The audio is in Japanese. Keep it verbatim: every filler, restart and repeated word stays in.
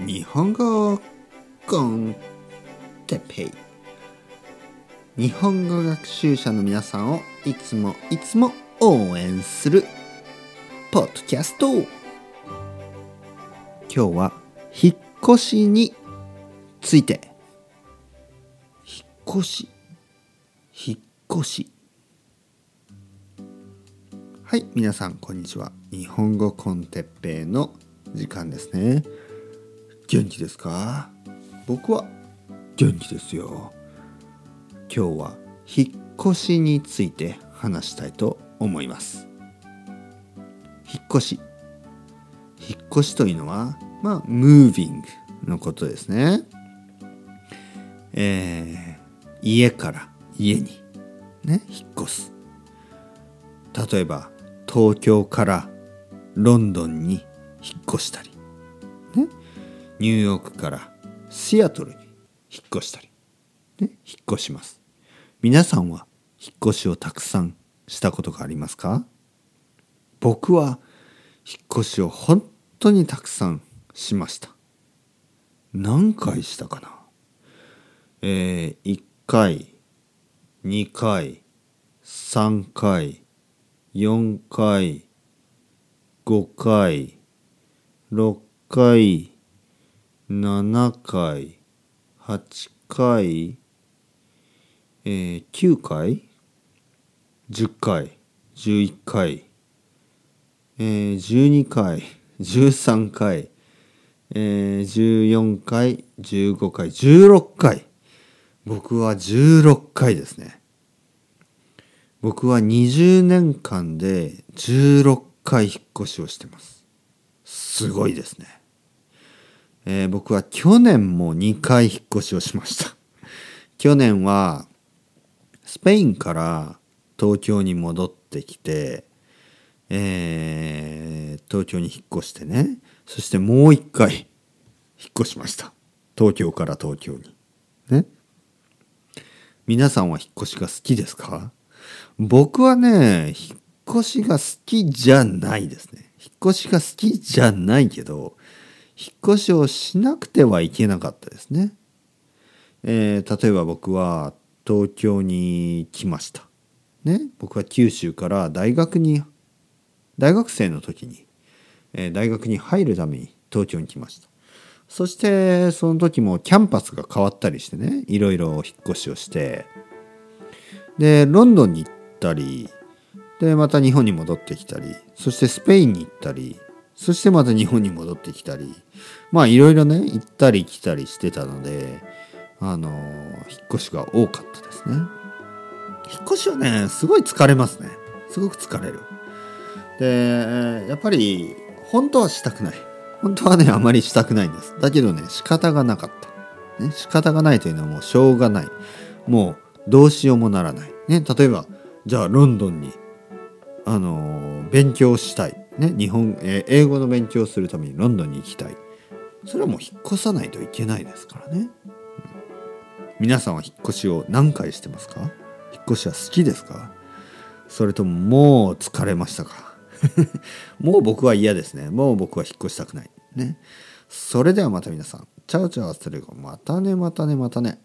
日本語コンテッペイ。日本語学習者の皆さんをいつもいつも応援するポッドキャスト。今日は引っ越しについて。引っ越し引っ越しはい、皆さんこんにちは。日本語コンテッペイの時間ですね。元気ですか？僕は元気ですよ。今日は引っ越しについて話したいと思います。引っ越し引っ越しというのはまあムービングのことですね。えー、家から家にね引っ越す。例えば東京からロンドンに引っ越したりね、ニューヨークからシアトルに引っ越したり、ね、引っ越します。皆さんは引っ越しをたくさんしたことがありますか？僕は引っ越しを本当にたくさんしました。何回したかな？えー、いっかい、にかい、さんかい、よんかい、ごかい、ろっかい、ななかい、はちかい、えー、きゅうかい、じゅっかい、じゅういっかい、えー、じゅうにかい、じゅうさんかい、えー、じゅうよんかい、じゅうごかい、じゅうろっかい。僕はじゅうろっかいですね。僕はにじゅうねんかんでじゅうろっかい引っ越しをしてます。すごいですね。えー、僕は去年もにかい引っ越しをしました。去年はスペインから東京に戻ってきて、えー、東京に引っ越してね、そしてもう一回引っ越しました。東京から東京に。ね。皆さんは引っ越しが好きですか？僕はね、引っ越しが好きじゃないですね。引っ越しが好きじゃないけど、引っ越しをしなくてはいけなかったですね。えー、例えば僕は東京に来ました。ね、僕は九州から大学に、大学生の時に、えー、大学に入るために東京に来ました。そしてその時もキャンパスが変わったりしてね、いろいろ引っ越しをして、で、ロンドンに行ったり、で、また日本に戻ってきたり、そしてスペインに行ったり、そしてまた日本に戻ってきたり、まあいろいろね、行ったり来たりしてたので、あの、引っ越しが多かったですね。引っ越しはね、すごい疲れますね。すごく疲れる。で、やっぱり、本当はしたくない。本当はね、あまりしたくないんです。だけどね、仕方がなかった。ね、仕方がないというのはもうしょうがない。もう、どうしようもならない。ね、例えば、じゃあロンドンに、あのー、勉強したい。ね、日本、えー、英語の勉強をするためにロンドンに行きたい。それはもう引っ越さないといけないですからね。うん、皆さんは引っ越しを何回してますか？引っ越しは好きですか？それとももう疲れましたか？もう僕は嫌ですね。もう僕は引っ越したくない。ね。それではまた皆さん。チャオチャオするよ。またねまたねまたね。